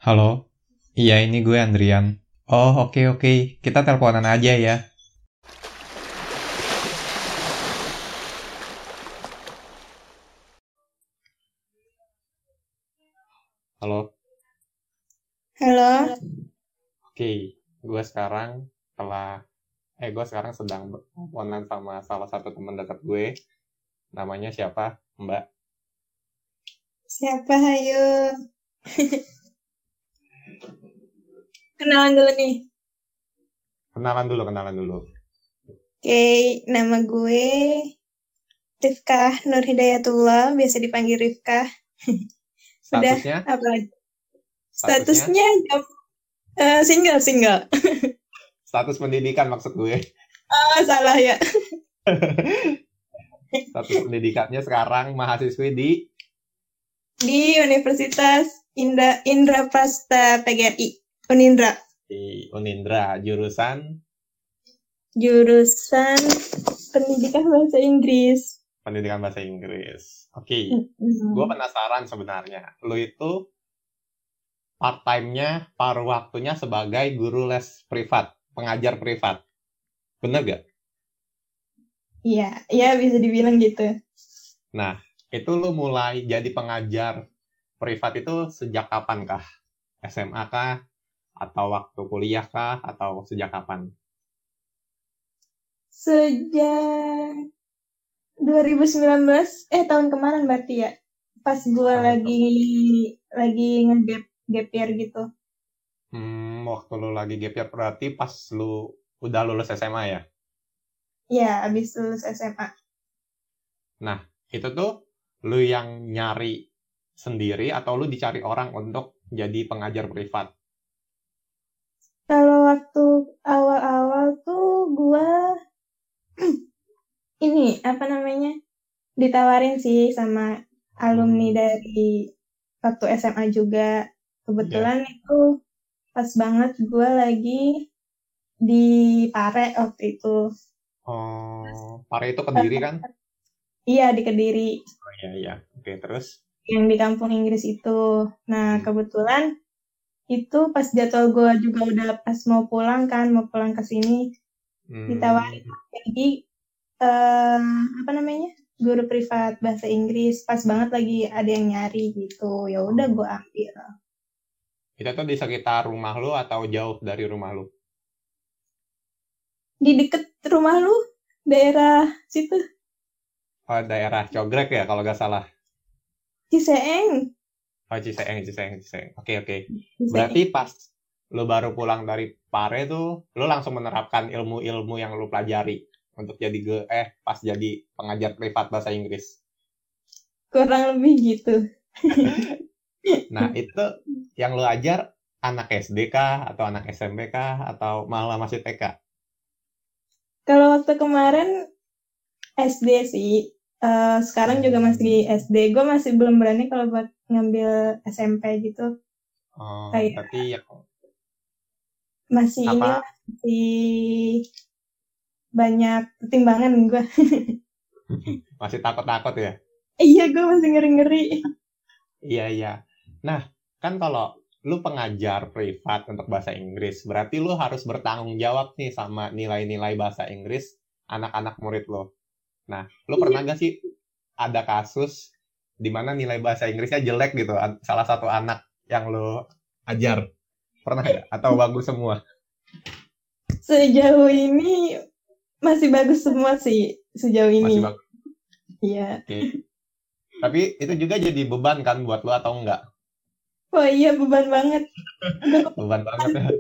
Halo, iya ini gue Andrian. Oh oke oke, kita teleponan aja ya. Halo, Halo, oke. Gue sekarang telah, gue sekarang sedang teleponan sama salah satu teman dekat gue. Namanya siapa? Mbak. siapa Hayu? Kenalan dulu nih. Kenalan dulu. Oke, nama gue Rifkah Nur Hidayatullah, biasa dipanggil Rifkah. Udah, Statusnya? apa lagi? Statusnya? Statusnya single. Status pendidikan maksud gue. Oh, salah ya. Status pendidikannya sekarang mahasiswi di Di Universitas Indraprasta PGRI, Unindra. Unindra, jurusan Jurusan Pendidikan Bahasa Inggris. pendidikan bahasa Inggris. Oke, gue penasaran sebenarnya. Lu itu part time-nya, paruh waktunya sebagai guru les privat, pengajar privat. Bener gak? Iya, ya bisa dibilang gitu. Nah, itu lu mulai jadi pengajar privat itu sejak kapan kah? SMA kah? Atau waktu kuliah kah? Atau sejak kapan? Sejak 2019, tahun kemarin berarti ya. Pas gue Tahun ke- lagi nge-gap year gitu. Waktu lu lagi gap year berarti pas lu udah lulus SMA ya? Ya, abis lulus SMA. Nah, itu tuh lu yang nyari sendiri atau lu dicari orang untuk jadi pengajar privat? Kalau waktu awal-awal tuh gue ini apa namanya ditawarin sih sama alumni Hmm, dari waktu SMA juga. ya. Kebetulan itu pas banget gue lagi di Pare waktu itu. Oh, Pare itu Kediri kan? Iya, di Kediri. Oh iya iya. Oke, terus? Yang di kampung Inggris itu. Nah, Hmm. kebetulan itu pas jadwal gue juga udah pas mau pulang kan, mau pulang ke sini, ditawarin Hmm. jadi eh, apa namanya guru privat bahasa Inggris. Pas banget lagi ada yang nyari gitu. Ya udah gue Oh. ambil. Itu tuh di sekitar rumah lu atau jauh dari rumah lu? Di deket rumah lu, daerah situ, Oh, daerah Cogrek ya kalau nggak salah. Ciseeng. Oh, Ciseeng. Oke, oke. Berarti Ciseeng. pas lu baru pulang dari Pare tuh, lu langsung menerapkan ilmu-ilmu yang lu pelajari untuk jadi pas jadi pengajar privat bahasa Inggris. Kurang lebih gitu. Nah, itu yang lu ajar anak SD kah atau anak SMP kah atau malah masih TK? Kalau waktu kemarin SD sih. Sekarang juga masih Hmm. SD. Gue masih belum berani kalau buat ngambil SMP gitu. Oh, Kayak berarti yang masih inilah, apa? masih banyak pertimbangan gue. Masih takut-takut ya? Iya, gue masih ngeri-ngeri. Iya, iya. Nah, kan kalau lu pengajar privat untuk bahasa Inggris, berarti lu harus bertanggung jawab nih sama nilai-nilai bahasa Inggris anak-anak murid lo. Nah, lu pernah Iya. gak sih ada kasus di mana nilai bahasa Inggrisnya jelek gitu, salah satu anak yang lu ajar? Pernah gak? Atau bagus semua? Sejauh ini masih bagus semua sih. Sejauh Masih ini. bagus. Iya. Oke. Tapi itu juga jadi beban kan buat lu atau enggak? Oh iya, beban banget. Gue Beban banget ya.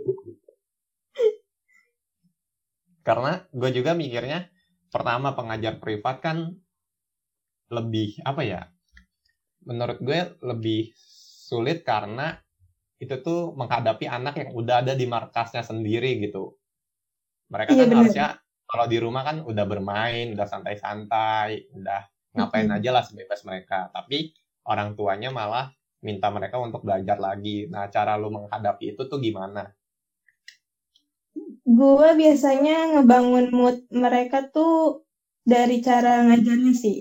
Karena gue juga mikirnya, pertama pengajar privat kan lebih, apa ya, menurut gue lebih sulit karena itu tuh menghadapi anak yang udah ada di markasnya sendiri gitu. Mereka iya kan bener. harusnya kalau di rumah kan udah bermain, udah santai-santai, udah ngapain Mm-mm. aja lah sebebas mereka. Tapi orang tuanya malah minta mereka untuk belajar lagi. Nah, cara lu menghadapi itu tuh gimana? Gue biasanya ngebangun mood mereka tuh dari cara ngajarnya sih.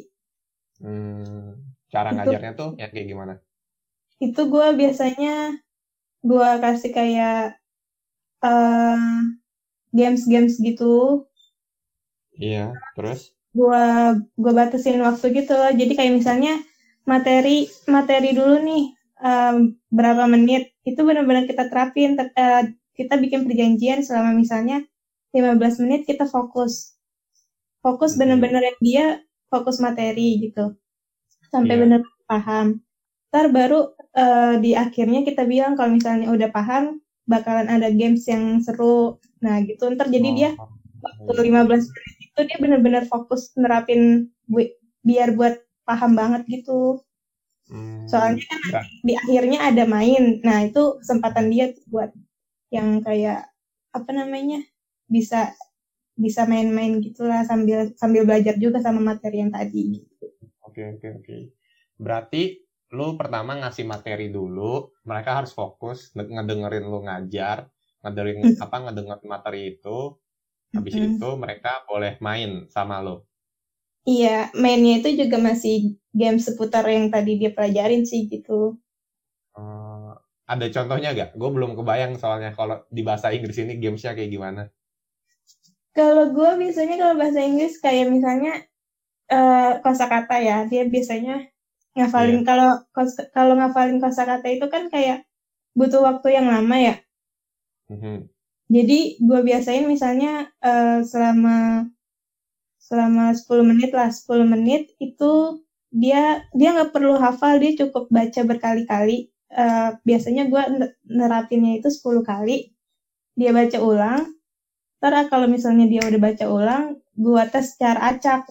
Hmm, cara Itu ngajarnya tuh ya kayak gimana? itu gue biasanya gue kasih kayak eh, games-games gitu. Iya, terus? gue gue batasin waktu gitu loh. Jadi kayak misalnya materi materi dulu nih, berapa menit itu benar-benar kita terapin. Kita bikin perjanjian selama misalnya 15 menit kita fokus Mm-mm. benar-benar yang dia fokus materi gitu sampai Iya. benar paham. Ntar baru di akhirnya kita bilang kalau misalnya udah paham bakalan ada games yang seru. Nah gitu ntar jadi dia Oh, waktu iya, iya, 15 iya. menit itu dia benar-benar fokus nerapin biar buat paham banget gitu. Soalnya kan Berat. di akhirnya ada main. Nah itu kesempatan dia tuh buat yang kayak apa namanya bisa bisa main-main gitulah sambil sambil belajar juga sama materi yang tadi. Oke, oke, oke. Berarti lu pertama ngasih materi dulu, mereka harus fokus ngedengerin lu ngajar, ngedengerin materi itu, habis Mm-mm. itu mereka boleh main sama lu. Iya, mainnya itu juga masih game seputar yang tadi dia pelajarin sih gitu. Eh, ada contohnya gak? Gue belum kebayang soalnya kalau di bahasa Inggris ini gamesnya kayak gimana. Kalau gue biasanya kalau bahasa Inggris kayak misalnya kosakata ya, dia biasanya ngafalin Iya. kalau ngafalin kosakata itu kan kayak butuh waktu yang lama ya. Mhm. Jadi gue biasain misalnya selama selama 10 menit lah, 10 menit itu dia nggak perlu hafal, dia cukup baca berkali-kali. Biasanya gue nerapinnya itu 10 kali, dia baca ulang. Ntar kalau misalnya dia udah baca ulang, gue tes secara acak.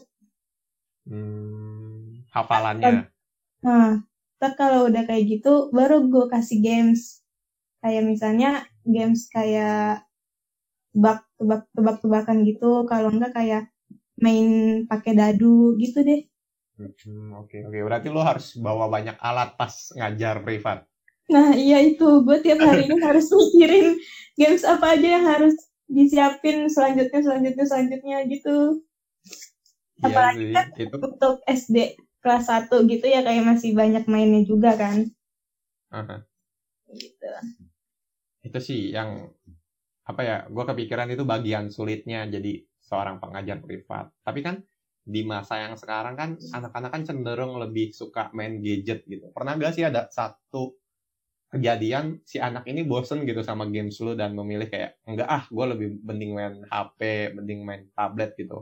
Hafalannya. Nah, ntar kalau udah kayak gitu, baru gue kasih games. Kayak misalnya games kayak tebak-tebakan gitu. Kalau enggak kayak main pakai dadu gitu deh. Oke, oke. Berarti lo harus bawa banyak alat pas ngajar privat. Nah, iya itu. Gue tiap harinya harus mikirin games apa aja yang harus disiapin selanjutnya gitu. Iya Apalagi sih, kan itu. untuk SD kelas 1 gitu ya kayak masih banyak mainnya juga kan. Aha. Gitu. Itu sih yang apa ya? Gue kepikiran itu bagian sulitnya jadi seorang pengajar privat. Tapi kan di masa yang sekarang kan anak-anak kan cenderung lebih suka main gadget gitu. Pernah gak sih ada satu kejadian si anak ini bosen gitu sama games lu dan memilih kayak enggak ah gue lebih mending main HP, mending main tablet gitu.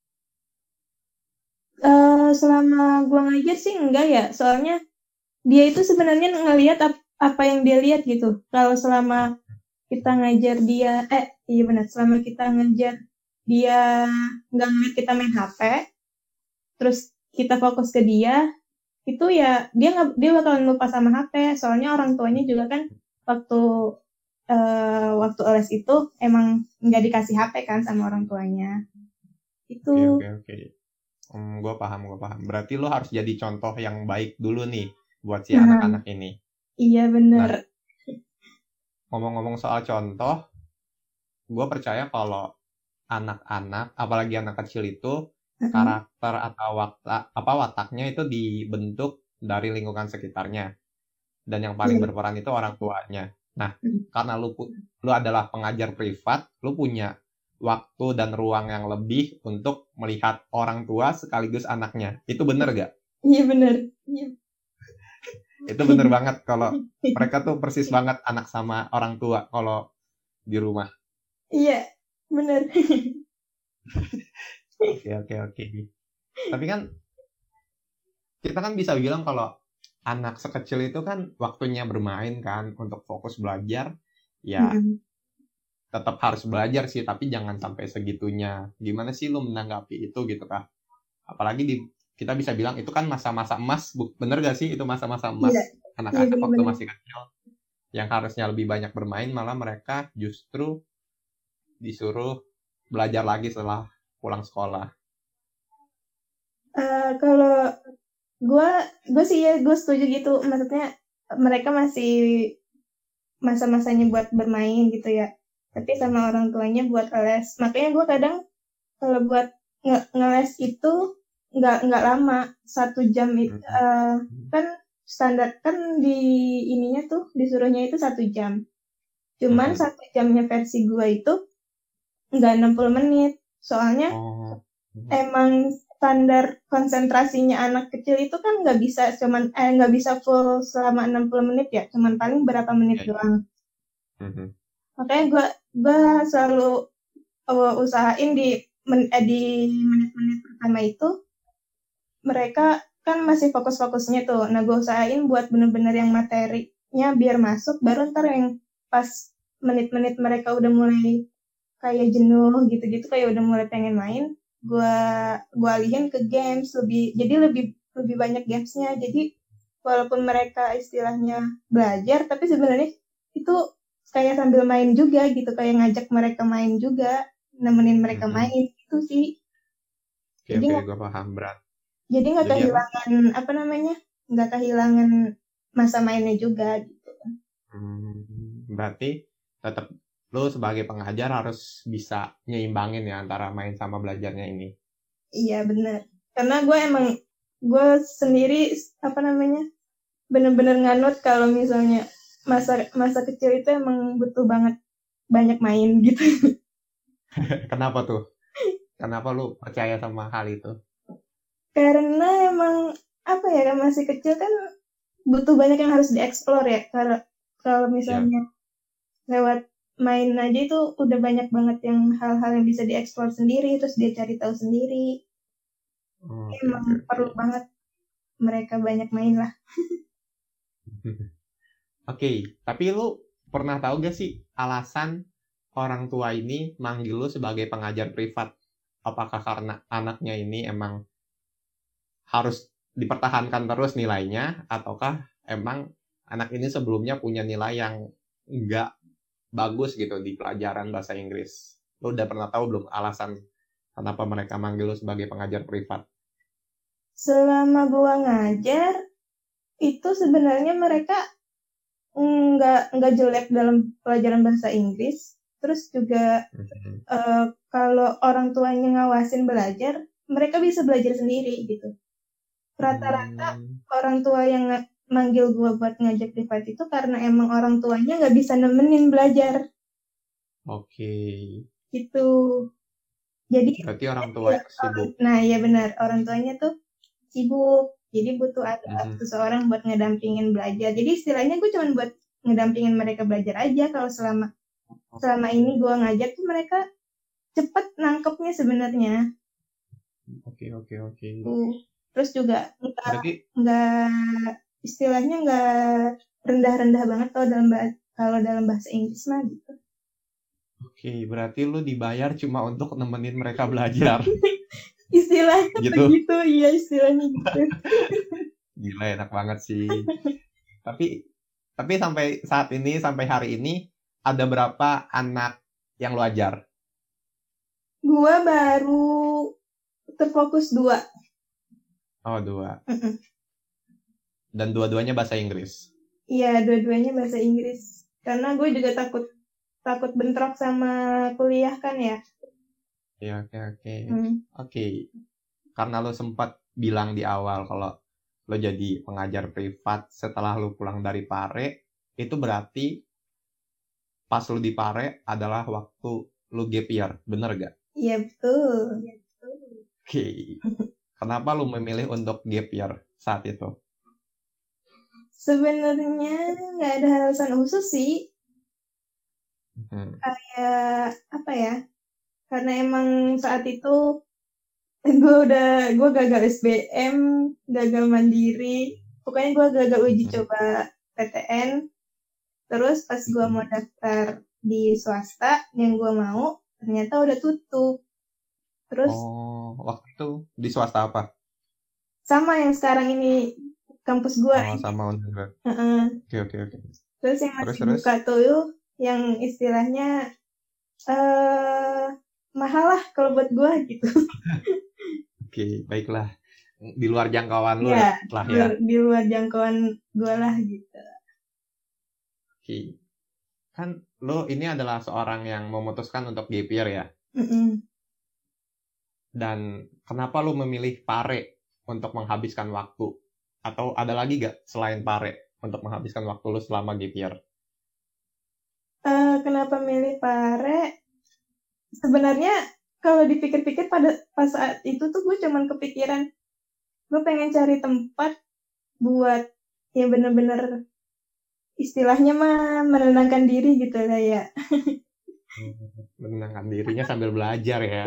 Selama gua ngajar sih enggak ya. Soalnya dia itu sebenarnya ngelihat apa yang dia lihat gitu. Kalau selama kita ngajar dia, iya benar, selama kita ngajar dia nggak ngeliat kita main HP, terus kita fokus ke dia, itu ya dia bakalan lupa sama HP. Soalnya orang tuanya juga kan waktu waktu les itu emang nggak dikasih HP kan sama orang tuanya. Itu, Oke, oke, oke. Gue paham. Berarti lo harus jadi contoh yang baik dulu nih buat si nah, anak-anak ini. iya bener. Nah, ngomong-ngomong soal contoh, gue percaya kalau anak-anak, apalagi anak kecil itu Mm-mm. karakter atau wataknya itu dibentuk dari lingkungan sekitarnya. Dan yang paling Iya. berperan itu orang tuanya. Nah, karena lu adalah pengajar privat, lu punya waktu dan ruang yang lebih untuk melihat orang tua sekaligus anaknya. Itu bener gak? Iya bener. Iya. Itu bener banget kalau mereka tuh persis banget anak sama orang tua kalau di rumah. Iya, bener. Oke, oke, oke. Tapi kan kita kan bisa bilang kalau anak sekecil itu kan waktunya bermain kan untuk fokus belajar. Ya, Mm-mm. tetap harus belajar sih, tapi jangan sampai segitunya. Gimana sih lu menanggapi itu gitu kah? Apalagi kita bisa bilang itu kan masa-masa emas, bener gak sih itu masa-masa emas Iya, iya anak-anak waktu bener-bener. masih kecil yang harusnya lebih banyak bermain malah mereka justru disuruh belajar lagi setelah pulang sekolah. Kalau gue gue sih ya gue setuju gitu. Maksudnya mereka masih masa-masanya buat bermain gitu ya. Tapi sama orang tuanya buat les. Makanya gue kadang kalau buat ngeles itu nggak lama 1 jam itu Mhm. kan standar kan di ininya tuh disuruhnya itu 1 jam. Cuman 1 jamnya versi gue itu nggak 60 menit. Soalnya emang standar konsentrasinya anak kecil itu kan nggak bisa full selama 60 menit ya, cuman paling berapa menit doang. Makanya gue selalu usahain di menit-menit pertama itu mereka kan masih fokus-fokusnya tuh. Nah gue usahain buat bener-bener yang materinya biar masuk, baru ntar yang pas menit-menit mereka udah mulai kayak jenuh gitu-gitu, kayak udah mulai pengen main, gue alihin ke games, lebih banyak gamesnya. Jadi walaupun mereka istilahnya belajar, tapi sebenarnya itu kayak sambil main juga gitu, kayak ngajak mereka main juga, nemenin mereka main gitu sih. Oke, gue paham, berat. Jadi nggak kehilangan nggak kehilangan masa mainnya juga gitu. Berarti tetap lo sebagai pengajar harus bisa nyimbangin ya antara main sama belajarnya ini. Iya benar. Karena gue sendiri bener-bener nganut kalau misalnya masa kecil itu emang butuh banget banyak main gitu. Kenapa tuh? Kenapa lu percaya sama hal itu? Karena emang masih kecil kan butuh banyak yang harus dieksplor ya. Kalau misalnya lewat main aja itu udah banyak banget yang hal-hal yang bisa dieksplor sendiri, terus dia cari tahu sendiri. Emang perlu banget mereka banyak main lah. Oke, tapi lu pernah tahu gak sih alasan orang tua ini manggil lu sebagai pengajar privat? Apakah karena anaknya ini emang harus dipertahankan terus nilainya, ataukah emang anak ini sebelumnya punya nilai yang enggak bagus gitu di pelajaran bahasa Inggris? Lu udah pernah tahu belum alasan kenapa mereka manggil lu sebagai pengajar privat? Selama gua ngajar, itu sebenarnya mereka nggak jelek dalam pelajaran bahasa Inggris. Terus juga kalau orang tuanya ngawasin belajar, mereka bisa belajar sendiri gitu. Rata-rata orang tua yang manggil gue buat ngajak privat itu karena emang orang tuanya nggak bisa nemenin belajar. Oke. Gitu. Jadi berarti orang tua sibuk. Nah iya benar, orang tuanya tuh sibuk. Jadi butuh ada seseorang buat ngedampingin belajar. Jadi istilahnya gue cuma buat ngedampingin mereka belajar aja. Kalau selama ini gue ngajar tuh mereka cepet nangkepnya sebenarnya. Oke. Terus juga nggak istilahnya nggak rendah-rendah banget kalau dalam bahasa Inggris mah gitu. Oke, berarti lu dibayar cuma untuk nemenin mereka belajar. Istilahnya gitu. Begitu, iya istilahnya gitu. Gila, enak banget sih. Tapi sampai saat ini, sampai hari ini, ada berapa anak yang lu ajar? Gua baru terfokus 2. Oh, 2. Dan dua-duanya bahasa Inggris? Iya, dua-duanya bahasa Inggris. Karena gue juga takut bentrok sama kuliah kan ya. Iya, oke. Karena lo sempat bilang di awal kalau lo jadi pengajar privat setelah lo pulang dari Pare, itu berarti pas lo di Pare adalah waktu lo gap year, bener gak? Iya betul. Oke. Kenapa lo memilih untuk gap year saat itu? Sebenarnya nggak ada alasan khusus sih. Kayak karena emang saat itu gue gagal SBM, gagal mandiri, pokoknya gue gagal uji coba PTN. Terus pas gue mau daftar di swasta yang gue mau, ternyata udah tutup. Terus waktu itu di swasta apa? Sama yang sekarang ini kampus gue. Sama juga. Oke. Terus yang masih buka tuh yang istilahnya mahal lah kalau buat gue gitu. Oke, baiklah. Di luar jangkauan lu lah ya. Di luar jangkauan gue lah gitu. Oke. Kan lo ini adalah seorang yang memutuskan untuk gap year ya. Dan kenapa lo memilih Pare untuk menghabiskan waktu? Atau ada lagi gak selain Pare untuk menghabiskan waktu lu selama gap year? Kenapa milih Pare? Sebenarnya kalau dipikir-pikir pas saat itu tuh gue cuman kepikiran gue pengen cari tempat buat ya bener-bener istilahnya mah menenangkan diri gitu lah ya. Menenangkan dirinya sambil belajar ya.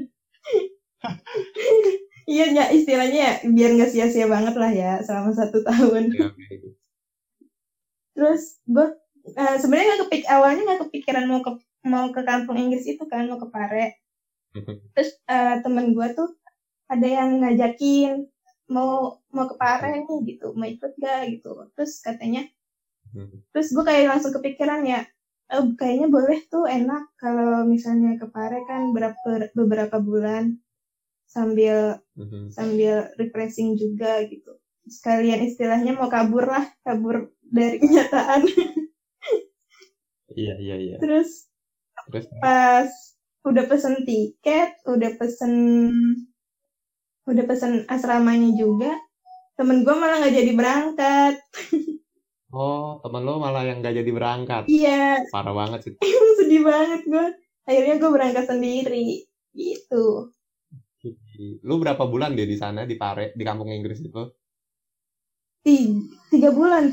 Iya ya istilahnya ya biar nggak sia-sia banget lah ya selama 1 tahun. Oke, oke. Terus gue sebenarnya awalnya nggak kepikiran mau ke kampung Inggris itu kan, mau ke Pare. Terus temen gue tuh ada yang ngajakin mau ke Pare nih gitu, mau ikut gak gitu. Terus katanya, terus gue kayak langsung kepikiran ya, kayaknya boleh tuh, enak kalau misalnya ke Pare kan beberapa bulan sambil refreshing juga gitu. Sekalian istilahnya mau kabur dari kenyataan. Iya. Terus pas udah pesen tiket, udah pesen asramanya juga, temen gue malah nggak jadi berangkat. Oh, temen lo malah yang gak jadi berangkat. Iya. Parah banget sih. Sedih banget gue. Akhirnya gue berangkat sendiri gitu. Lu berapa bulan deh di sana di Pare, di kampung Inggris itu? 3 bulan.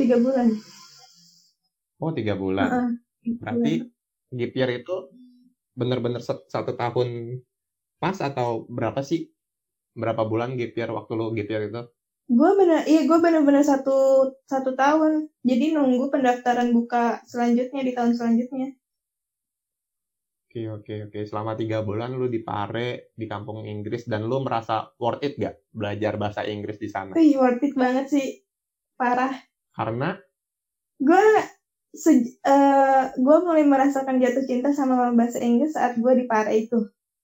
Oh, 3 bulan. Berarti gap year itu bener-bener 1 tahun pas atau berapa sih? Berapa bulan gap year waktu lu gap year itu? Gue bener-bener satu tahun. Jadi nunggu pendaftaran buka selanjutnya di tahun selanjutnya. Oke. Selama 3 bulan lu di Pare, di kampung Inggris, dan lu merasa worth it gak belajar bahasa Inggris di sana? Worth it banget sih. Parah. Karena? Gue mulai merasakan jatuh cinta sama bahasa Inggris saat gue di Pare itu.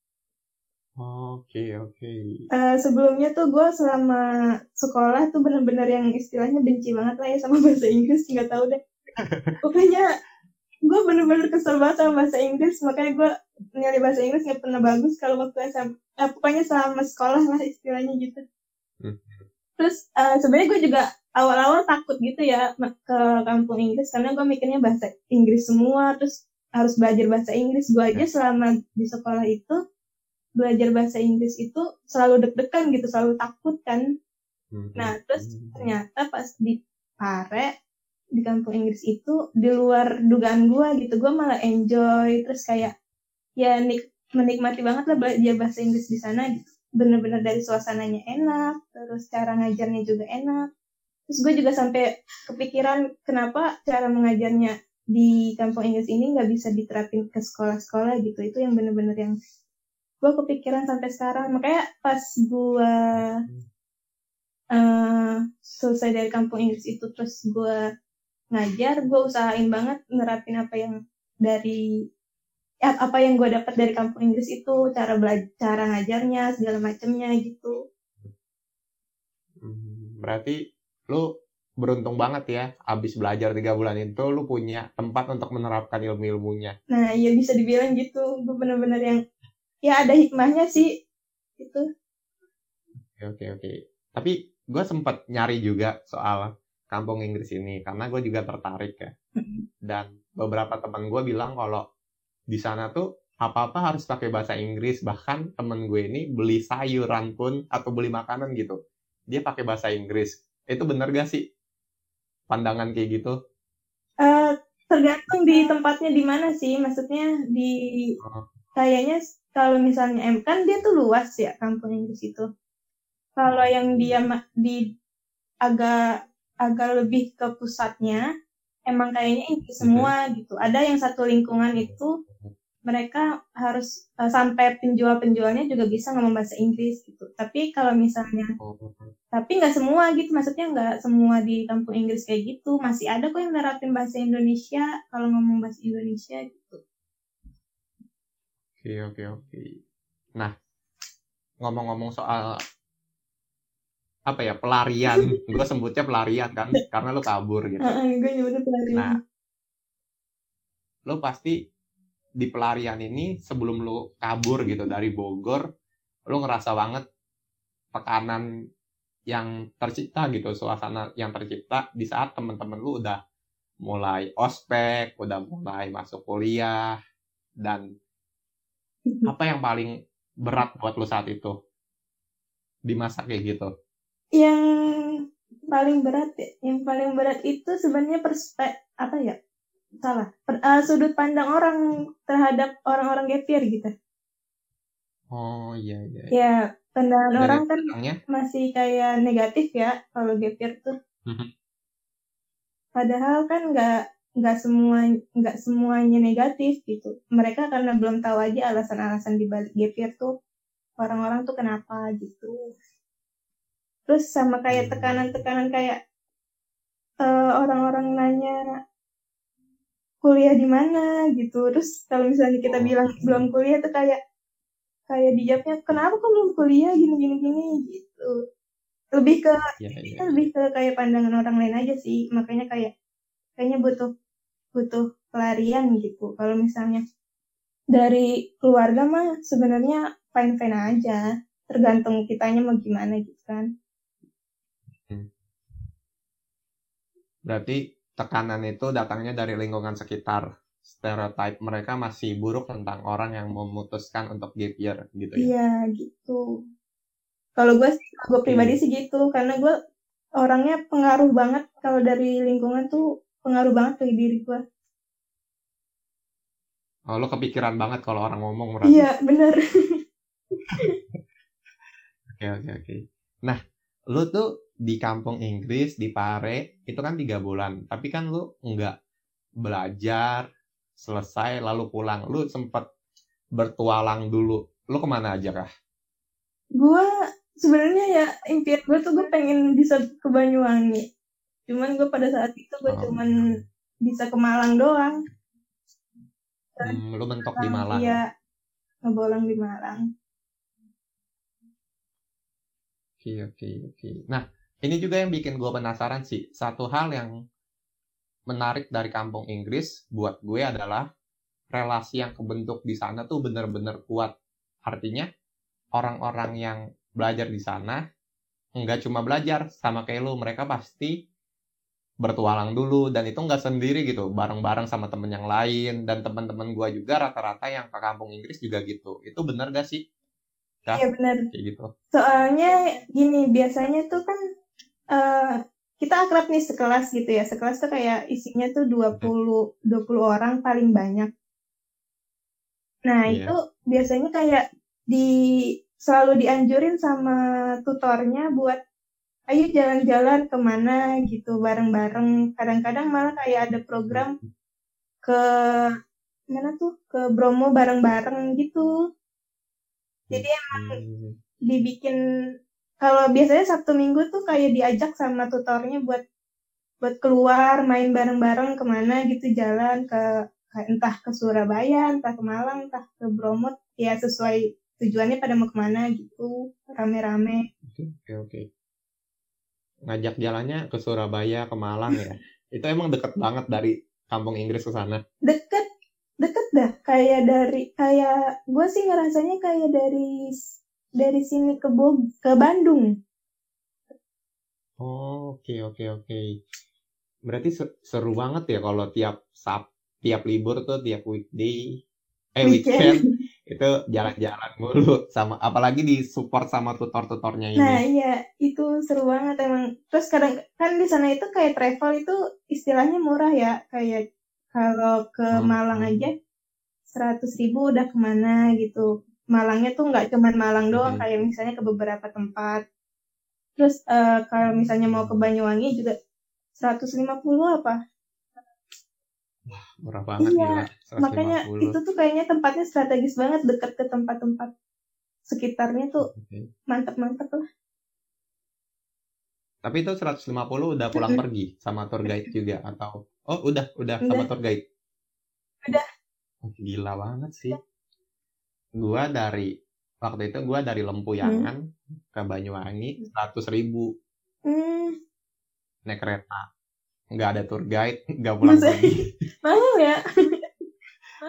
Oke. Sebelumnya tuh gue selama sekolah tuh bener-bener yang istilahnya benci banget lah ya sama bahasa Inggris. Nggak tahu deh. Pokoknya gue bener-bener kesel banget sama bahasa Inggris, makanya gue nilai bahasa Inggris nggak pernah bagus kalau waktu SMA. Pokoknya selama sekolah lah istilahnya gitu. Terus sebenarnya gue juga awal-awal takut gitu ya ke kampung Inggris karena gue mikirnya bahasa Inggris semua, terus harus belajar bahasa Inggris. Gue aja selama di sekolah itu belajar bahasa Inggris itu selalu deg-degan gitu, selalu takut kan. Nah terus ternyata pas di Pare di kampung Inggris itu di luar dugaan gue gitu, gue malah enjoy, terus kayak ya menikmati banget lah belajar bahasa Inggris di sana gitu. Bener-bener dari suasananya enak, terus cara ngajarnya juga enak. Terus gue juga sampai kepikiran kenapa cara mengajarnya di kampung Inggris ini nggak bisa diterapin ke sekolah-sekolah gitu. Itu yang bener-bener yang gue kepikiran sampai sekarang. Makanya pas gue selesai dari kampung Inggris itu terus gue ngajar, gue usahain banget nerapin apa yang gue dapat dari kampung Inggris itu, cara ngajarnya segala macamnya gitu. Berarti lu beruntung banget ya, abis belajar 3 bulan itu lu punya tempat untuk menerapkan ilmu-ilmunya. Nah ya bisa dibilang gitu, gue bener-bener yang ya ada hikmahnya sih gitu. Oke. Tapi gue sempat nyari juga soal kampung Inggris ini karena gue juga tertarik ya. Dan beberapa teman gue bilang kalau di sana tuh apa-apa harus pakai bahasa Inggris. Bahkan temen gue ini beli sayuran pun atau beli makanan gitu, dia pakai bahasa Inggris. Itu bener gak sih pandangan kayak gitu? Tergantung di tempatnya di mana sih. Maksudnya kayaknya kalau misalnya kan dia tuh luas ya kampung Inggris itu. Kalau yang dia di agak lebih ke pusatnya, emang kayaknya Inggris semua gitu. Ada yang satu lingkungan itu mereka harus sampai penjualnya juga bisa ngomong bahasa Inggris gitu. Tapi kalau misalnya, tapi nggak semua gitu, maksudnya nggak semua di kampung Inggris kayak gitu. Masih ada kok yang nerapin bahasa Indonesia kalau ngomong bahasa Indonesia gitu. Oke. Nah, ngomong-ngomong soal apa ya, pelarian, gue sebutnya pelarian kan karena lo kabur gitu. Gue nyebutnya pelarian. Nah, lo pasti di pelarian ini sebelum lo kabur gitu dari Bogor, lo ngerasa banget tekanan yang tercipta gitu, suasana yang tercipta di saat teman-teman lu udah mulai ospek, udah mulai masuk kuliah, dan apa yang paling berat buat lu saat itu di masa kayak gitu? Yang paling berat ya, yang paling berat itu sebenarnya sudut pandang orang terhadap orang-orang gap year gitu. Oh iya iya. Ya, pandangan Dari orang kan belakangnya? masih kayak negatif ya kalau gap year tuh. Padahal kan nggak semuanya negatif gitu. Mereka karena belum tahu aja alasan-alasan di balik gap year tuh orang-orang tuh kenapa gitu. Terus sama kayak tekanan-tekanan kayak orang-orang nanya kuliah di mana gitu. Terus kalau misalnya kita bilang belum kuliah tuh kayak dijawabnya kenapa kok belum kuliah gini gitu. Lebih ke kayak pandangan orang lain aja sih. Makanya kayaknya butuh pelarian gitu. Kalau misalnya dari keluarga mah sebenarnya fine-fine aja. Tergantung kitanya mau gimana gitu kan. Berarti tekanan itu datangnya dari lingkungan sekitar. Stereotype mereka masih buruk tentang orang yang memutuskan untuk gap year gitu ya? Iya gitu. Kalau gue pribadi sih gitu. Karena gue orangnya pengaruh banget. Kalau dari lingkungan tuh pengaruh banget ke diri gue. Oh, lo kepikiran banget kalau orang ngomong berarti? Iya, bener. Oke. Nah, lo tuh di kampung Inggris, di Pare, itu kan 3 bulan. Tapi kan lo nggak belajar, selesai, lalu pulang. Lo sempet bertualang dulu. Lo kemana aja kah? Gue sebenarnya ya impian gue tuh gue pengen bisa ke Banyuwangi. Cuman gue pada saat itu gue cuman bisa ke Malang doang. Lo mentok di Malang. Iya, ngebolong di Malang. Oke. Nah, ini juga yang bikin gue penasaran sih. Satu hal yang menarik dari kampung Inggris buat gue adalah relasi yang kebentuk di sana tuh bener-bener kuat. Artinya orang-orang yang belajar di sana nggak cuma belajar sama kayak lu, mereka pasti bertualang dulu, dan itu nggak sendiri gitu, bareng-bareng sama temen yang lain. Dan teman-teman gue juga rata-rata yang ke kampung Inggris juga gitu. Itu bener gak sih? Iya benar. Kayak gitu. Soalnya gini, biasanya tuh kan kita akrab nih sekelas gitu ya. Sekelas tuh kayak isinya tuh 20 orang paling banyak. Nah, itu biasanya kayak selalu dianjurin sama tutornya buat ayo jalan-jalan kemana gitu bareng-bareng. Kadang-kadang malah kayak ada program ke mana tuh, ke Bromo bareng-bareng gitu. Jadi emang dibikin, kalau biasanya Sabtu Minggu tuh kayak diajak sama tutornya buat keluar main bareng-bareng kemana gitu, jalan entah ke Surabaya, entah ke Malang, entah ke Bromo, ya sesuai tujuannya pada mau kemana gitu, rame-rame. Oke. Ngajak jalannya ke Surabaya, ke Malang ya. Itu emang deket banget dari kampung Inggris ke sana? Deket dah, kayak gue sih ngerasanya kayak dari sini ke Bandung. Oke. Berarti seru banget ya kalau tiap libur tuh, tiap weekend itu jalan-jalan mulu, sama apalagi disupport sama tutor-tutornya ini. Nah iya, itu seru banget emang. Terus kadang kan di sana itu kayak travel itu istilahnya murah ya, kayak kalau ke Malang aja 100.000 udah kemana gitu. Malangnya tuh nggak cuman Malang doang, kayak misalnya ke beberapa tempat. Terus kalau misalnya mau ke Banyuwangi juga 150 apa? Wah, murah banget. Iya, gila. 150. Makanya itu tuh kayaknya tempatnya strategis banget, dekat ke tempat-tempat sekitarnya tuh mantep-mantep lah. Tapi itu 150 udah pulang pergi sama tour guide juga atau? Oh, udah sama tour guide. Udah. Gila banget sih. Waktu itu gue dari Lempuyangan ke Banyuwangi 100.000 naik kereta. Nggak ada tour guide, nggak pulang pergi. Mahal ya?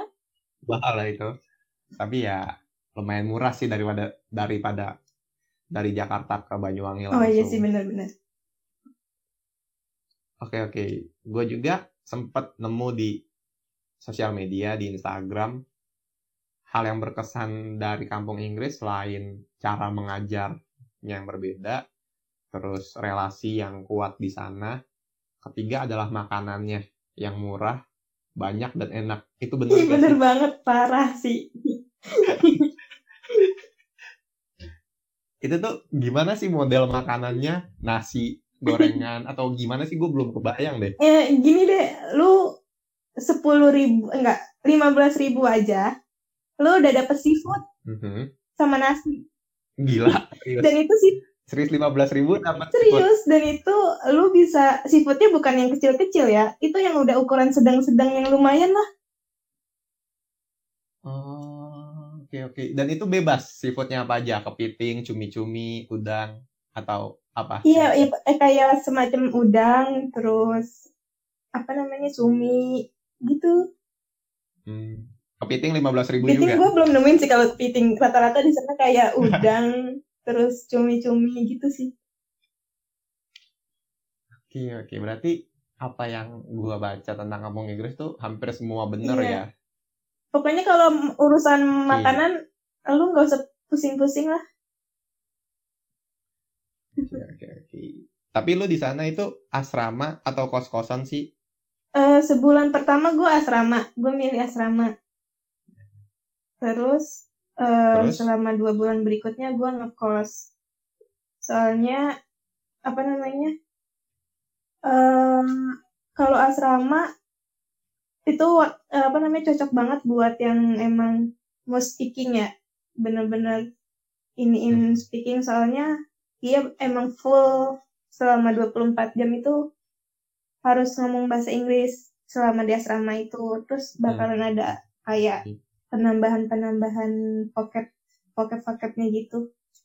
Mahal lah itu. Tapi ya lumayan murah sih daripada dari Jakarta ke Banyuwangi Oh iya sih, langsung. benar-benar. Oke. Gue juga sempet nemu di sosial media, di Instagram, hal yang berkesan dari kampung Inggris selain cara mengajarnya yang berbeda, terus relasi yang kuat di sana. Ketiga adalah makanannya yang murah, banyak dan enak. Itu bener Ih, gak bener sih? banget, parah sih. Itu tuh gimana sih model makanannya? Nasi, gorengan, atau gimana sih? Gue belum kebayang deh. Gini deh, lu 10.000, enggak, 15.000 aja, lu udah dapet seafood Mhm. sama nasi. Gila, Dan serius. itu sih Serius 15.000 dapat seafood. serius, dan itu lu bisa, seafoodnya bukan yang kecil-kecil ya, itu yang udah ukuran sedang-sedang yang lumayan lah. Oh, oke. Dan itu bebas seafoodnya apa aja? Kepiting, cumi-cumi, udang, atau apa? Iya, kayak semacam udang, terus apa namanya, cumi gitu. Kepiting 15.000 Kepiting juga. gue belum nemuin sih kalau kepiting, rata-rata di sana kayak udang, terus cumi-cumi gitu sih. Oke. Berarti apa yang gua baca tentang kampung Inggris tuh hampir semua bener Iya. ya. Pokoknya kalau urusan Oke. makanan, lu nggak usah pusing-pusing lah. Oke. Tapi lu di sana itu asrama atau kos-kosan sih? Sebulan pertama gue asrama, gue milih asrama. Terus Terus? selama 2 bulan berikutnya gue ngekos. Soalnya apa namanya? em, Kalau asrama itu apa namanya, cocok banget buat yang emang mau speaking ya, bener-bener in speaking, soalnya dia emang full selama 24 jam itu harus ngomong bahasa Inggris selama di asrama itu. Terus bakalan ada kayak penambahan vocabnya gitu.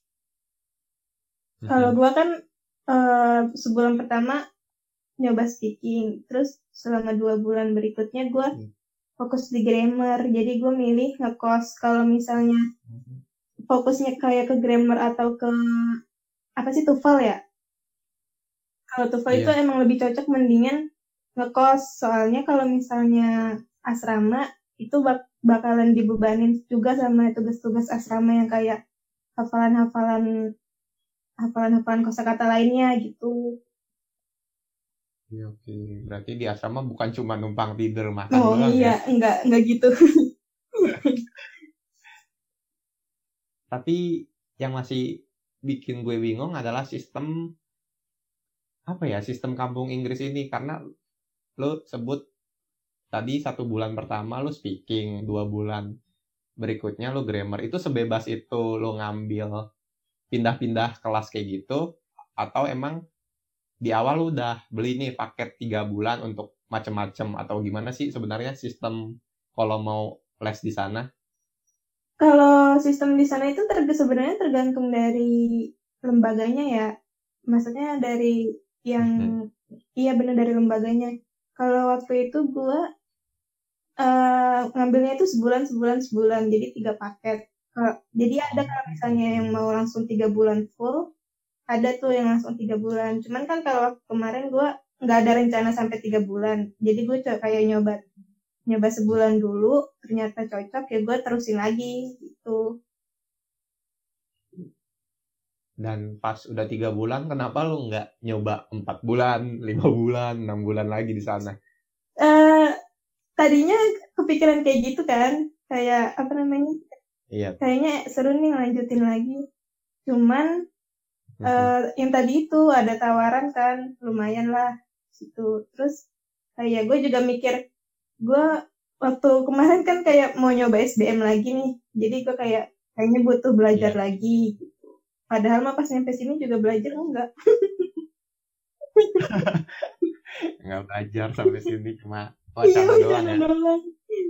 Kalau gua kan sebulan pertama nyoba speaking, terus selama 2 bulan berikutnya gua fokus di grammar. Jadi gue milih ngekos. Kalau misalnya fokusnya kayak ke grammar atau ke apa sih, TOEFL ya? Kalau TOEFL itu Iya. emang lebih cocok mendingan ngekos. Soalnya kalau misalnya asrama itu bakalan dibebanin juga sama tugas-tugas asrama yang kayak hafalan-hafalan kosakata lainnya gitu. Oke. Berarti di asrama bukan cuma numpang tidur makan Oh doang iya, ya. enggak gitu. Tapi yang masih bikin gue bingung adalah sistem kampung Inggris ini, karena lo sebut tadi 1 bulan pertama lo speaking, 2 bulan berikutnya lo grammar. Itu sebebas itu lo ngambil pindah-pindah kelas kayak gitu, atau emang di awal lo udah beli nih paket 3 bulan untuk macem-macem, atau gimana sih sebenarnya sistem kalau mau les di sana? Kalau sistem di sana itu sebenarnya tergantung dari lembaganya ya. Maksudnya dari yang, iya benar, dari lembaganya. Kalau waktu itu gue ngambilnya itu sebulan, jadi 3 paket. Jadi ada kalau misalnya yang mau langsung 3 bulan full, ada tuh yang langsung 3 bulan. Cuman kan kalau waktu kemarin gue nggak ada rencana sampai 3 bulan. Jadi gue kayak nyoba sebulan dulu, ternyata cocok ya gue terusin lagi gitu. Dan pas udah 3 bulan, kenapa lu nggak nyoba 4 bulan, 5 bulan, 6 bulan lagi di sana? Tadinya kepikiran kayak gitu kan, kayak apa namanya, Iya. kayaknya seru nih lanjutin lagi. Cuman yang tadi itu ada tawaran kan, lumayan lah gitu. Terus kayak gue juga mikir, gue waktu kemarin kan kayak mau nyoba SBM lagi nih, jadi gue kayaknya butuh belajar lagi gitu. Padahal mah pas nyampe sini juga belajar enggak. Nggak belajar sampai sini, cuma Iya, wacana doang wacana ya. doang.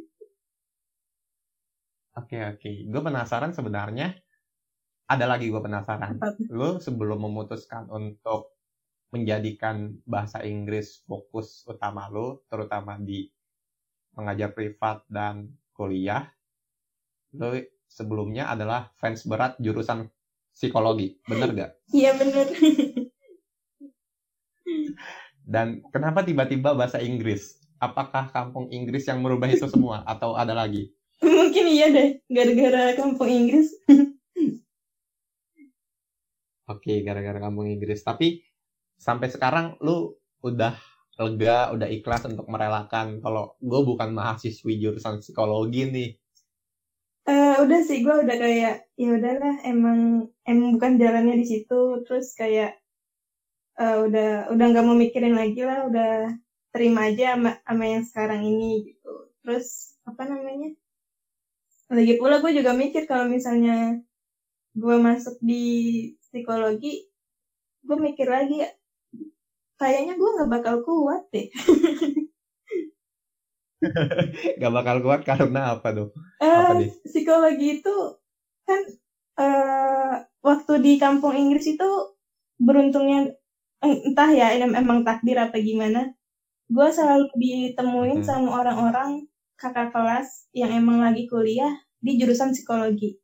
Oke. Gue penasaran sebenarnya. Ada lagi gue penasaran. Apa? Lu sebelum memutuskan untuk menjadikan bahasa Inggris fokus utama lu, terutama di mengajar privat dan kuliah, lu sebelumnya adalah fans berat jurusan psikologi, bener gak? Iya bener. Dan kenapa tiba-tiba bahasa Inggris? Apakah kampung Inggris yang merubah itu semua atau ada lagi? Mungkin iya deh, gara-gara kampung Inggris. Oke, gara-gara kampung Inggris. Tapi sampai sekarang lu udah lega, udah ikhlas untuk merelakan kalau gue bukan mahasiswi jurusan psikologi nih. Udah sih, gue udah kayak ya udahlah, emang bukan jalannya di situ. Terus kayak udah nggak mau mikirin lagi lah, udah terima aja sama yang sekarang ini gitu. Terus apa namanya? Lagi pula gue juga mikir kalau misalnya gue masuk di psikologi, gue mikir lagi ya, kayaknya gue nggak bakal kuat deh. Gak bakal kuat karena apa tuh? Apa nih? Psikologi itu kan waktu di kampung Inggris itu beruntungnya entah ya emang takdir apa gimana, gue selalu ditemuin sama orang-orang kakak kelas yang emang lagi kuliah di jurusan psikologi.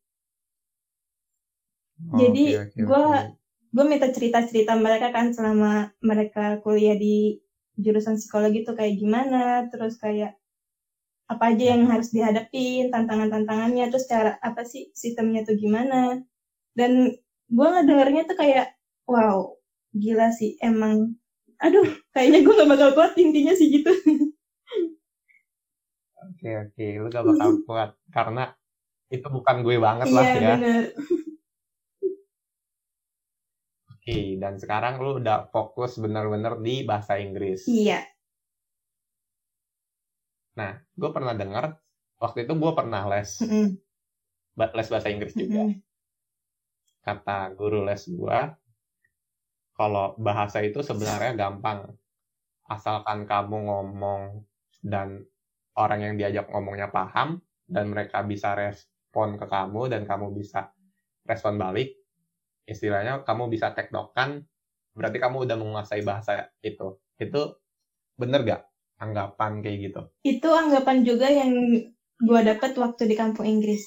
Jadi gue minta cerita-cerita mereka kan selama mereka kuliah di jurusan psikologi tuh kayak gimana, terus kayak apa aja yang harus dihadapin, tantangan-tantangannya, terus cara apa sih sistemnya tuh gimana. Dan gue ngedengernya tuh kayak wow, gila sih emang, aduh kayaknya gue gak bakal kuat, intinya sih gitu. Oke, lu gak bakal kuat karena itu bukan gue banget lah ya. Iya bener. Oke, dan sekarang lu udah fokus bener-bener di bahasa Inggris. Iya. Nah, gue pernah dengar waktu itu gue pernah les bahasa Inggris juga. Kata guru les gue, kalau bahasa itu sebenarnya gampang, asalkan kamu ngomong dan orang yang diajak ngomongnya paham dan mereka bisa respon ke kamu dan kamu bisa respon balik, istilahnya kamu bisa tektokan, berarti kamu udah menguasai bahasa itu. Itu bener gak anggapan kayak gitu? Itu anggapan juga yang gue dapet waktu di kampung Inggris.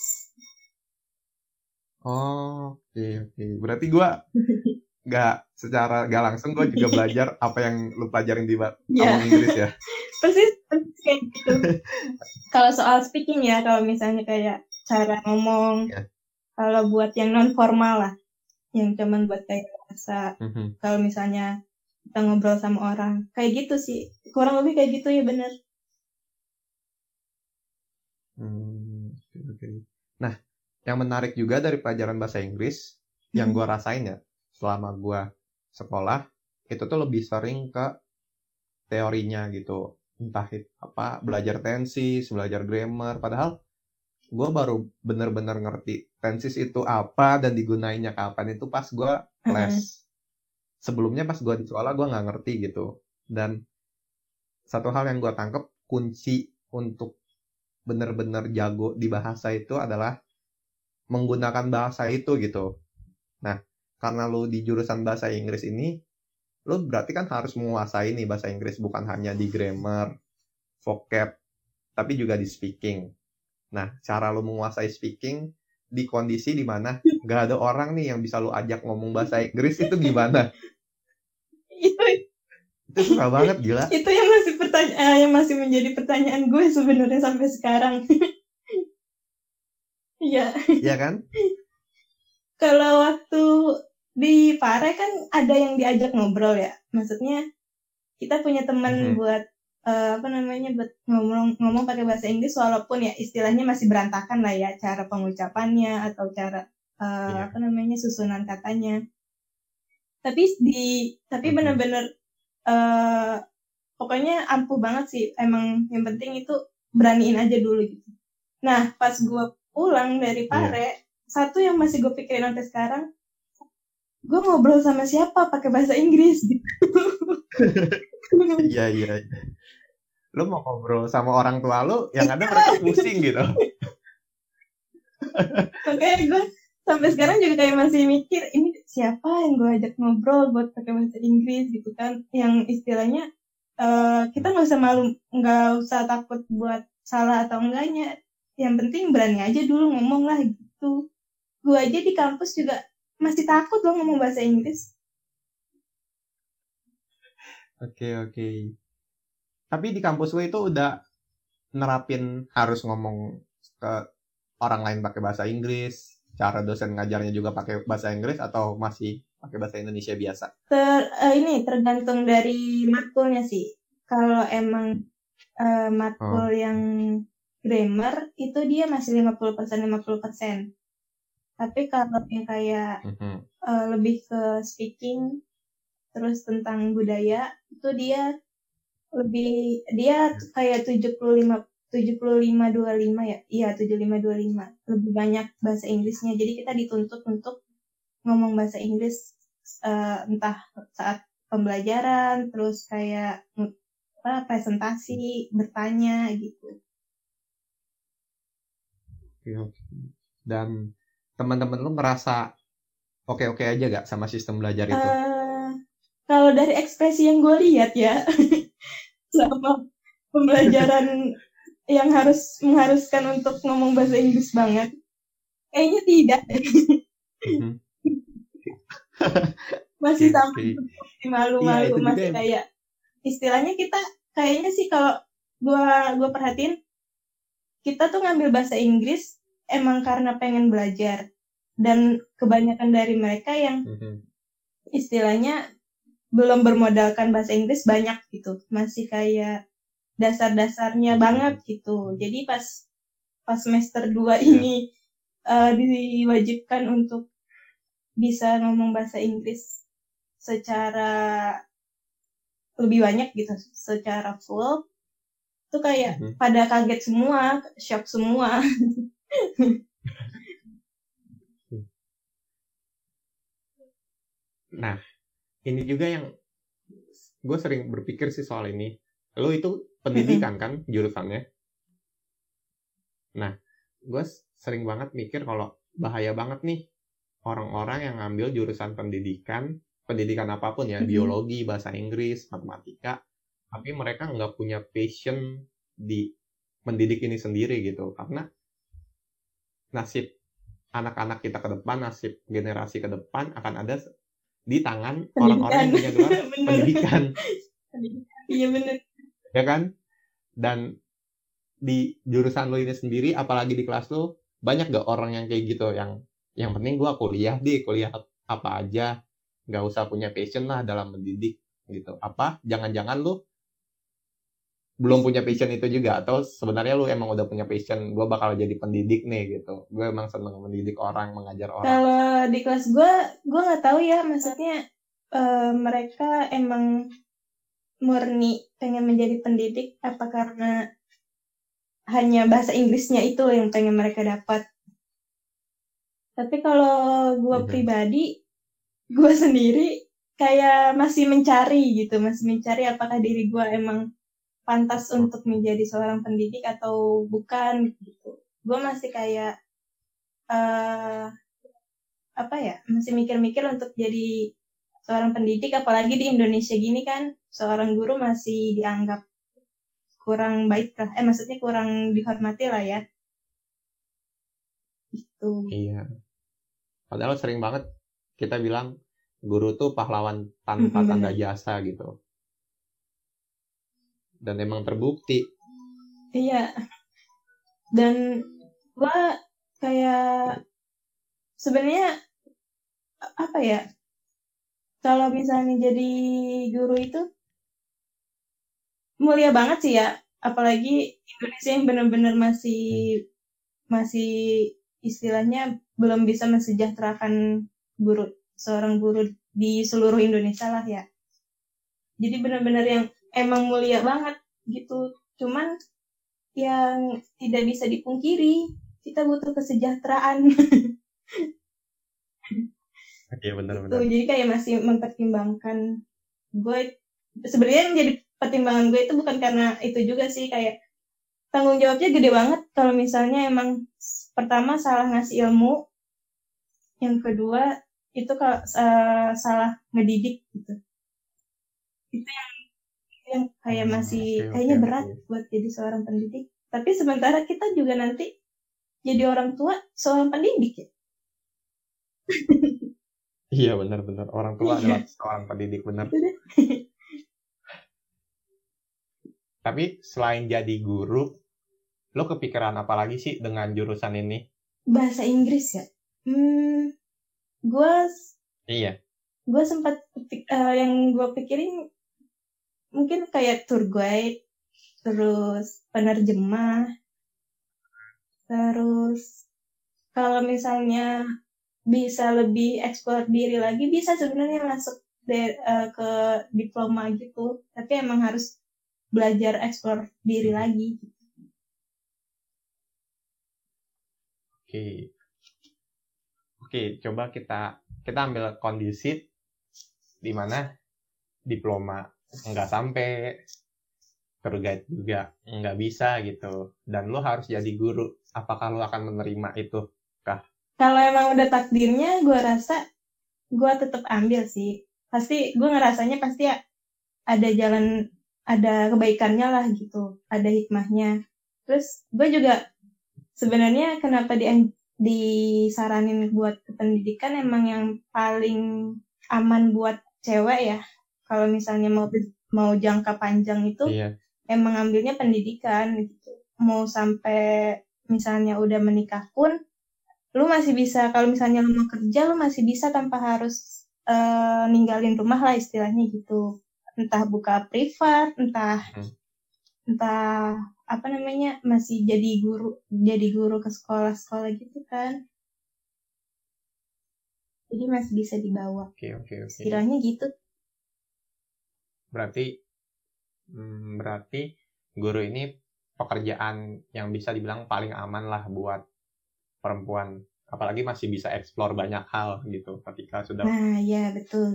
Oke. Berarti gue secara gak langsung gue juga belajar apa yang lu pelajarin di kampung Inggris ya. Persis kayak gitu. Kalau soal speaking ya, kalau misalnya kayak cara ngomong, kalau buat yang non formal lah, yang cuman buat kayak bahasa, kalau misalnya kita ngobrol sama orang, kayak gitu sih, kurang lebih kayak gitu ya, bener. Oke. Nah, yang menarik juga dari pelajaran bahasa Inggris yang gue rasain ya selama gue sekolah, itu tuh lebih sering ke teorinya gitu, entah apa belajar tenses, belajar grammar, padahal gue baru bener-bener ngerti tenses itu apa dan digunainnya kapan itu pas gue les. Sebelumnya pas gue di sekolah gue nggak ngerti gitu. Dan satu hal yang gue tangkep, kunci untuk bener-bener jago di bahasa itu adalah menggunakan bahasa itu gitu. Nah, karena lu di jurusan bahasa Inggris ini, lu berarti kan harus menguasai nih bahasa Inggris, bukan hanya di grammar, vocab, tapi juga di speaking. Nah, cara lu menguasai speaking di kondisi dimana gak ada orang nih yang bisa lu ajak ngomong bahasa Inggris, itu gimana? Itu susah banget, gila. Itu yang masih menjadi pertanyaan gue sebenarnya sampai sekarang. Iya. Iya kan? Kalau waktu di Pare kan ada yang diajak ngobrol ya. Maksudnya kita punya teman buat buat ngomong pakai bahasa Inggris, walaupun ya istilahnya masih berantakan lah ya cara pengucapannya atau cara susunan katanya. Tapi benar-benar pokoknya ampuh banget sih. Emang yang penting itu beraniin aja dulu gitu. Nah, pas gue pulang dari Pare, satu yang masih gue pikirin sampai sekarang, gue ngobrol sama siapa pakai bahasa Inggris gitu. Iya. Lu mau ngobrol sama orang tua lu, yang ada mereka pusing gitu. Makanya gue sampai sekarang juga kayak masih mikir, ini siapa yang gue ajak ngobrol buat pakai bahasa Inggris gitu kan, yang istilahnya kita nggak usah takut buat salah atau enggaknya, yang penting berani aja dulu ngomong lah gitu. Gue aja di kampus juga masih takut loh ngomong bahasa Inggris. Oke. Tapi di kampus lu itu udah nerapin harus ngomong ke orang lain pakai bahasa Inggris, cara dosen ngajarnya juga pakai bahasa Inggris atau masih pakai bahasa Indonesia biasa? Ini tergantung dari matkulnya sih. Kalau emang matkul yang grammar itu dia masih 50%. Tapi kalau yang kayak lebih ke speaking terus tentang budaya itu dia kayak 75 25 ya. Iya, 75 25. Lebih banyak bahasa Inggrisnya. Jadi kita dituntut untuk ngomong bahasa Inggris entah saat pembelajaran, terus kayak presentasi, bertanya gitu. Oke. Dan teman-teman lu merasa oke-oke aja gak sama sistem belajar itu? Kalau dari ekspresi yang gue lihat ya, sama pembelajaran yang mengharuskan untuk ngomong bahasa Inggris banget, kayaknya tidak. Masih sama malu-malu, masih kayak istilahnya kita kayaknya sih kalau gue perhatiin kita tuh ngambil bahasa Inggris emang karena pengen belajar, dan kebanyakan dari mereka yang istilahnya belum bermodalkan bahasa Inggris banyak gitu, masih kayak dasar-dasarnya banget gitu. Jadi pas semester 2 ini diwajibkan untuk bisa ngomong bahasa Inggris secara lebih banyak gitu, secara full, itu kayak pada kaget semua, shock semua. Nah, ini juga yang gue sering berpikir sih soal ini. Lo itu pendidikan kan jurusannya? Nah, gue sering banget mikir kalau bahaya banget nih orang-orang yang ngambil jurusan pendidikan apapun ya, biologi, bahasa Inggris, matematika, tapi mereka nggak punya passion di mendidik ini sendiri gitu. Karena nasib anak-anak kita ke depan, nasib generasi ke depan akan ada di tangan orang-orang yang punya gelar pendidikan. Iya benar. Ya kan? Dan di jurusan lo ini sendiri, apalagi di kelas lo, banyak gak orang yang kayak gitu, yang penting gue kuliah apa aja, nggak usah punya passion lah dalam mendidik gitu. Apa jangan-jangan lo belum punya passion itu juga, atau sebenarnya lu emang udah punya passion, gue bakal jadi pendidik nih gitu, gue emang seneng mendidik orang, mengajar orang. Kalau di kelas gue nggak tahu ya, maksudnya mereka emang murni pengen menjadi pendidik apa karena hanya bahasa Inggrisnya itu yang pengen mereka dapat. Tapi kalau gue pribadi, gue sendiri kayak masih mencari apakah diri gue emang pantas untuk menjadi seorang pendidik atau bukan gitu. Gue masih kayak masih mikir-mikir untuk jadi seorang pendidik, apalagi di Indonesia gini kan seorang guru masih dianggap kurang baik lah, maksudnya kurang dihormati lah ya gitu. Iya, padahal sering banget kita bilang guru tuh pahlawan tanpa tanda jasa gitu, dan emang terbukti. Iya, dan gue kayak sebenarnya apa ya, kalau misalnya jadi guru itu mulia banget sih ya, apalagi Indonesia yang benar-benar masih istilahnya belum bisa mensejahterakan seorang guru di seluruh Indonesia lah ya. Jadi benar-benar yang emang mulia banget gitu. Cuman yang tidak bisa dipungkiri, kita butuh kesejahteraan. Iya benar-benar. Jadi kayak masih mempertimbangkan, gue sebenarnya menjadi pertimbangan gue itu bukan karena itu juga sih, kayak tanggung jawabnya gede banget kalau misalnya emang pertama salah ngasih ilmu, yang kedua itu kalau salah ngedidik gitu. Itu yang kayak masih kayaknya berat buat jadi seorang pendidik. Tapi sementara kita juga nanti jadi orang tua seorang pendidik ya. Iya benar-benar orang tua adalah seorang pendidik benar. Tapi selain jadi guru, lo kepikiran apa lagi sih dengan jurusan ini? Bahasa Inggris ya. Gue Iya. sempat yang gue pikirin mungkin kayak tour guide, terus penerjemah, terus kalau misalnya bisa lebih eksplor diri lagi, bisa sebenarnya masuk ke diploma gitu. Tapi emang harus belajar eksplor diri lagi. Oke, coba kita ambil kondisi di mana diploma nggak sampai, tour guide juga nggak bisa gitu, dan lo harus jadi guru. Apakah lo akan menerima itu? Kalau emang udah takdirnya, gue rasa gue tetap ambil sih. Pasti gue ngerasanya pasti ada jalan, ada kebaikannya lah gitu, ada hikmahnya. Terus gue juga sebenarnya kenapa disaranin buat ke pendidikan, emang yang paling aman buat cewek ya. Kalau misalnya mau jangka panjang itu, emang ambilnya pendidikan gitu. Mau sampai misalnya udah menikah pun, lu masih bisa, kalau misalnya lu mau kerja, lu masih bisa tanpa harus ninggalin rumah lah istilahnya gitu. Entah buka privat, entah apa namanya, masih jadi guru ke sekolah-sekolah gitu kan. Jadi masih bisa dibawa. Oke. Istilahnya gitu. Berarti guru ini pekerjaan yang bisa dibilang paling aman lah buat perempuan, apalagi masih bisa eksplor banyak hal gitu ketika sudah. Nah, ya betul.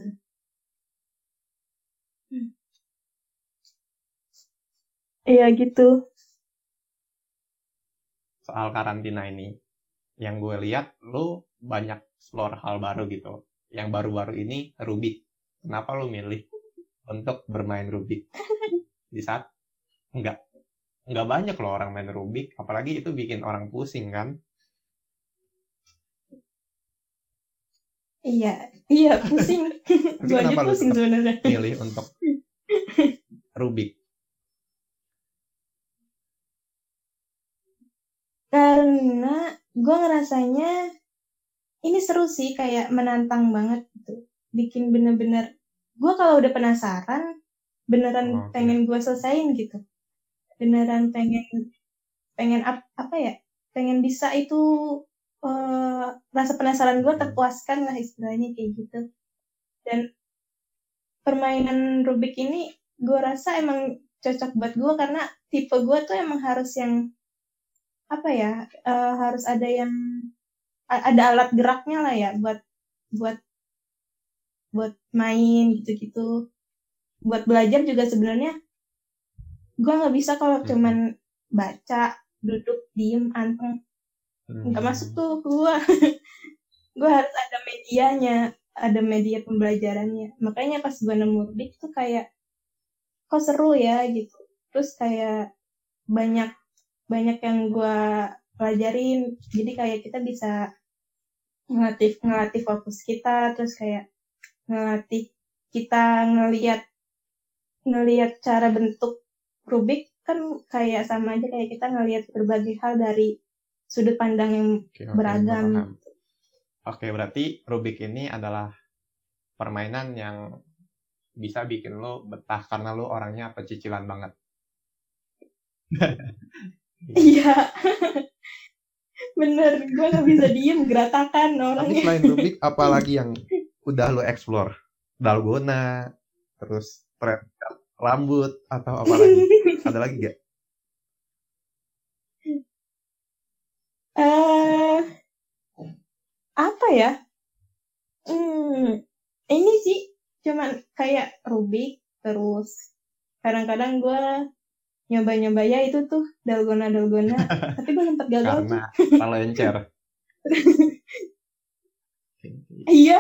Iya gitu. Soal karantina ini, yang gue lihat lu banyak explore hal baru gitu. Yang baru-baru ini Rubik. Kenapa lu milih untuk bermain Rubik? Di saat nggak banyak loh orang main Rubik, apalagi itu bikin orang pusing kan? Iya pusing. Gue aja pusing sebenarnya. Milih untuk Rubik? Karena gue ngerasanya ini seru sih, kayak menantang banget gitu. Bikin bener-bener, gue kalau udah penasaran, beneran pengen gue selesain gitu. Beneran pengen apa ya? Pengen bisa itu, rasa penasaran gue terpuaskan lah istilahnya kayak gitu. Dan permainan Rubik ini gue rasa emang cocok buat gue, karena tipe gue tuh emang harus yang apa ya, harus ada ada alat geraknya lah ya, buat main gitu-gitu. Buat belajar juga sebenarnya gue nggak bisa kalau cuman baca, duduk diem anteng, nggak masuk tuh gue. Gue harus ada medianya, ada media pembelajarannya. Makanya pas gue nemu Rubik tuh kayak kok seru ya gitu. Terus kayak banyak yang gue pelajarin, jadi kayak kita bisa ngelatih fokus kita, terus kayak ngelatih kita ngelihat cara bentuk Rubik kan kayak sama aja kayak kita ngelihat berbagai hal dari sudut pandang yang beragam. Oke, berarti Rubik ini adalah permainan yang bisa bikin lo betah karena lo orangnya pecicilan banget. Iya. Bener, gue gak bisa diem, geratakan orangnya. Tapi selain Rubik, apalagi yang udah lo explore? Dalgona, terus rambut, atau apa lagi? Ada lagi gak? Apa ya? Ini sih cuman kayak Rubik, terus kadang-kadang gue nyoba-nyoba ya itu tuh dalgona tapi gue sempat gagal karena terlalu encer. Iya.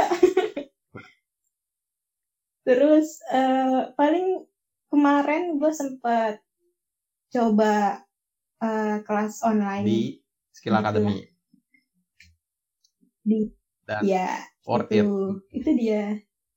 Terus paling kemarin gue sempat coba kelas online di Skill Academy. Ya. Worth it. Itu dia.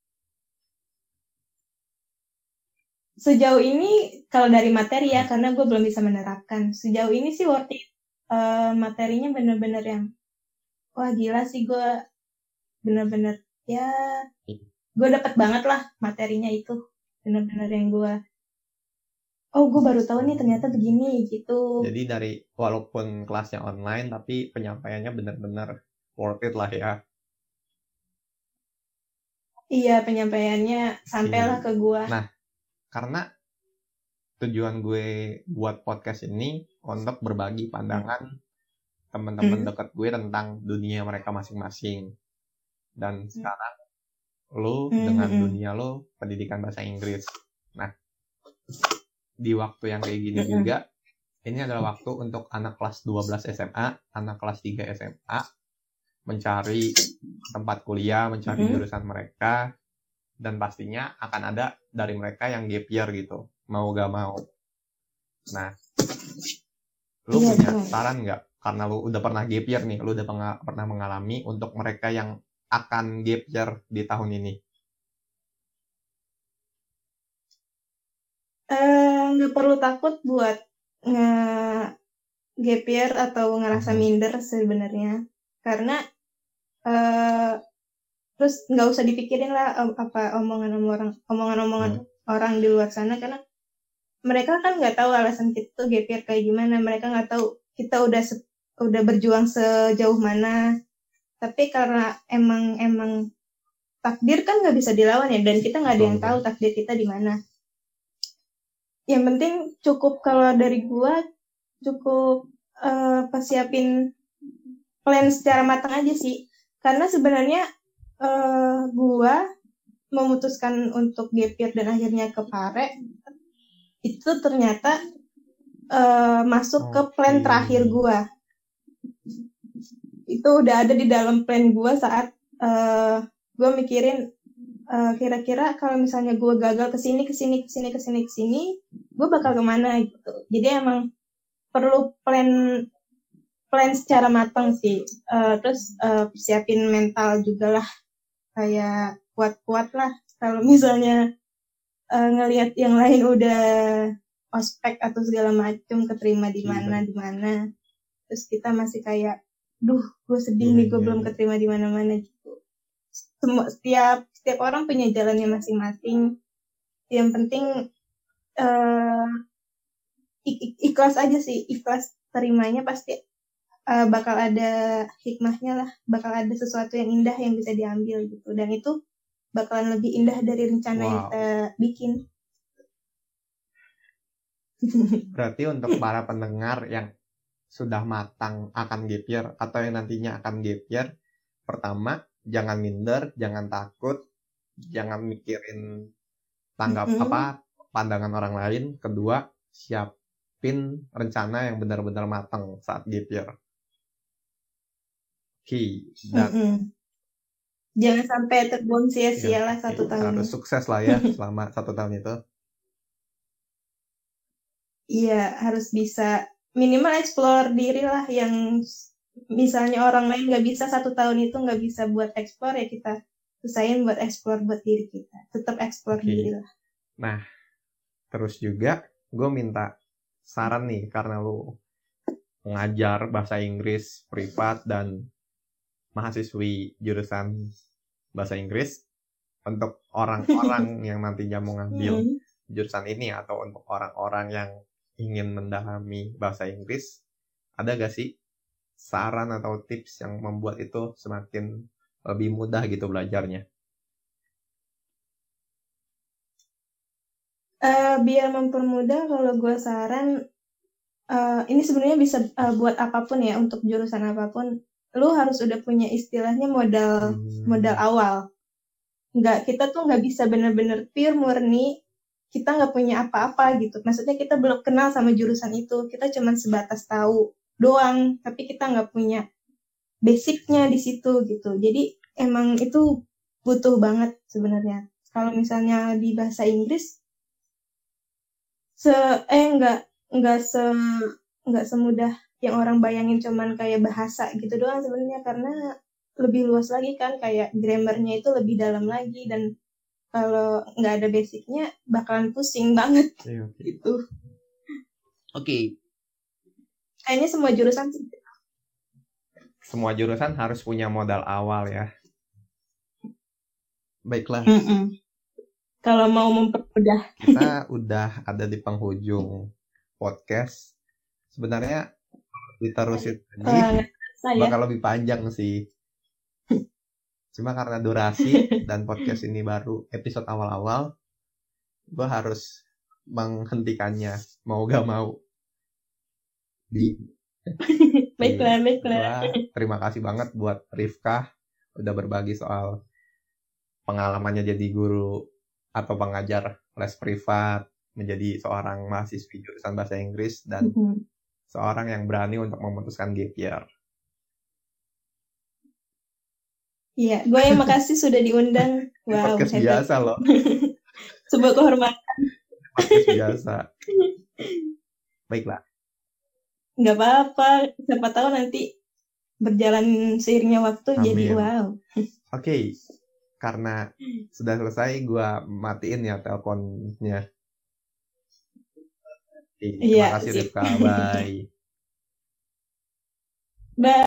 Sejauh ini kalau dari materi ya, karena gue belum bisa menerapkan. Sejauh ini sih worth it. Materinya bener-bener yang wah gila sih, gue bener-bener ya gue dapet banget lah materinya itu. Bener-bener yang gue baru tahu nih ternyata begini gitu. Jadi dari walaupun kelasnya online tapi penyampaiannya bener-bener worth it lah ya. Iya, penyampaiannya sampailah ke gue. Nah, karena tujuan gue buat podcast ini untuk berbagi pandangan teman-teman dekat gue tentang dunia mereka masing-masing. Dan sekarang lo dengan dunia lo pendidikan bahasa Inggris. Nah, di waktu yang kayak gini juga, ini adalah waktu untuk anak kelas 12 SMA, anak kelas 3 SMA mencari tempat kuliah, mencari jurusan mereka, dan pastinya akan ada dari mereka yang gap year gitu, mau gak mau. Nah, lu punya saran nggak? Karena lu udah pernah gap year nih, lu udah pernah mengalami untuk mereka yang akan gap year di tahun ini. Nggak perlu takut buat gap year atau ngerasa minder sebenarnya, karena terus nggak usah dipikirin lah apa omongan orang di luar sana, karena mereka kan nggak tahu alasan kita tuh gap year kayak gimana, mereka nggak tahu kita udah berjuang sejauh mana. Tapi karena emang takdir kan nggak bisa dilawan ya, dan kita nggak ada yang tahu takdir kita di mana. Yang penting cukup, kalau dari gua cukup persiapin plan secara matang aja sih. Karena sebenarnya gua memutuskan untuk gap year dan akhirnya ke Pare itu ternyata masuk ke plan terakhir gua. Itu udah ada di dalam plan gua saat gua mikirin kira-kira kalau misalnya gue gagal kesini, gue bakal kemana gitu. Jadi emang perlu plan secara matang sih. Terus siapin mental juga lah, kayak kuat-kuat lah. Kalau misalnya ngelihat yang lain udah ospek atau segala macam, keterima di mana, terus kita masih kayak, gue sedih nih, gue belum keterima di mana-mana gitu. Setiap orang punya jalannya masing-masing. Yang penting ikhlas aja sih, ikhlas terimanya, pasti bakal ada hikmahnya lah, bakal ada sesuatu yang indah yang bisa diambil gitu, dan itu bakalan lebih indah dari rencana yang kita bikin. Berarti untuk para pendengar yang sudah matang akan gap year atau yang nantinya akan gap year, pertama, jangan minder, jangan takut, jangan mikirin pandangan orang lain. Kedua, siapin rencana yang benar-benar matang saat gap year. Dan jangan sampai terbuang sia-sia lah 1 tahun. Harus sukses lah ya selama 1 tahun itu. Iya, harus bisa minimal explore diri lah, yang misalnya orang lain nggak bisa 1 tahun itu nggak bisa buat explore, ya kita usahain buat explore buat diri kita. Tetap explore diri lah. Nah, terus juga gue minta saran nih, karena lu mengajar bahasa Inggris privat dan mahasiswi jurusan bahasa Inggris, untuk orang-orang yang nantinya mau ngambil jurusan ini atau untuk orang-orang yang ingin mendalami bahasa Inggris, ada gak sih saran atau tips yang membuat itu semakin lebih mudah gitu belajarnya? Biar mempermudah, kalau gue saran, ini sebenarnya bisa buat apapun ya, untuk jurusan apapun, lu harus udah punya istilahnya modal awal. Kita tuh nggak bisa bener-bener pure murni, kita nggak punya apa-apa gitu. Maksudnya kita belum kenal sama jurusan itu, kita cuma sebatas tahu doang, tapi kita nggak punya basicnya di situ gitu. Jadi emang itu butuh banget sebenarnya. Kalau misalnya di bahasa Inggris, nggak semudah yang orang bayangin, cuman kayak bahasa gitu doang sebenarnya, karena lebih luas lagi kan, kayak grammarnya itu lebih dalam lagi, dan kalau nggak ada basicnya bakalan pusing banget gitu. Oke. Kayaknya semua jurusan sih. Semua jurusan harus punya modal awal ya. Baiklah. Kalau mau mempermudah. Kita udah ada di penghujung podcast. Sebenarnya diterusin lagi bakal lebih panjang sih. Cuma karena durasi dan podcast ini baru episode awal-awal, gue harus menghentikannya mau gak mau. Baiklah. Terima kasih banget buat Rifkah udah berbagi soal pengalamannya jadi guru atau pengajar les privat, menjadi seorang mahasiswi jurusan bahasa Inggris, dan seorang yang berani untuk memutuskan gap year. Iya, gue yang makasih sudah diundang. Wow, podcast hebat. Biasa loh. Sebuah kehormatan. Podcast biasa. Baiklah. Nggak apa-apa, siapa tahu nanti berjalan seiringnya waktu. Amin. Jadi wow. Oke. Karena sudah selesai, gue matiin ya teleponnya. Terima kasih Rifka, bye. Bye.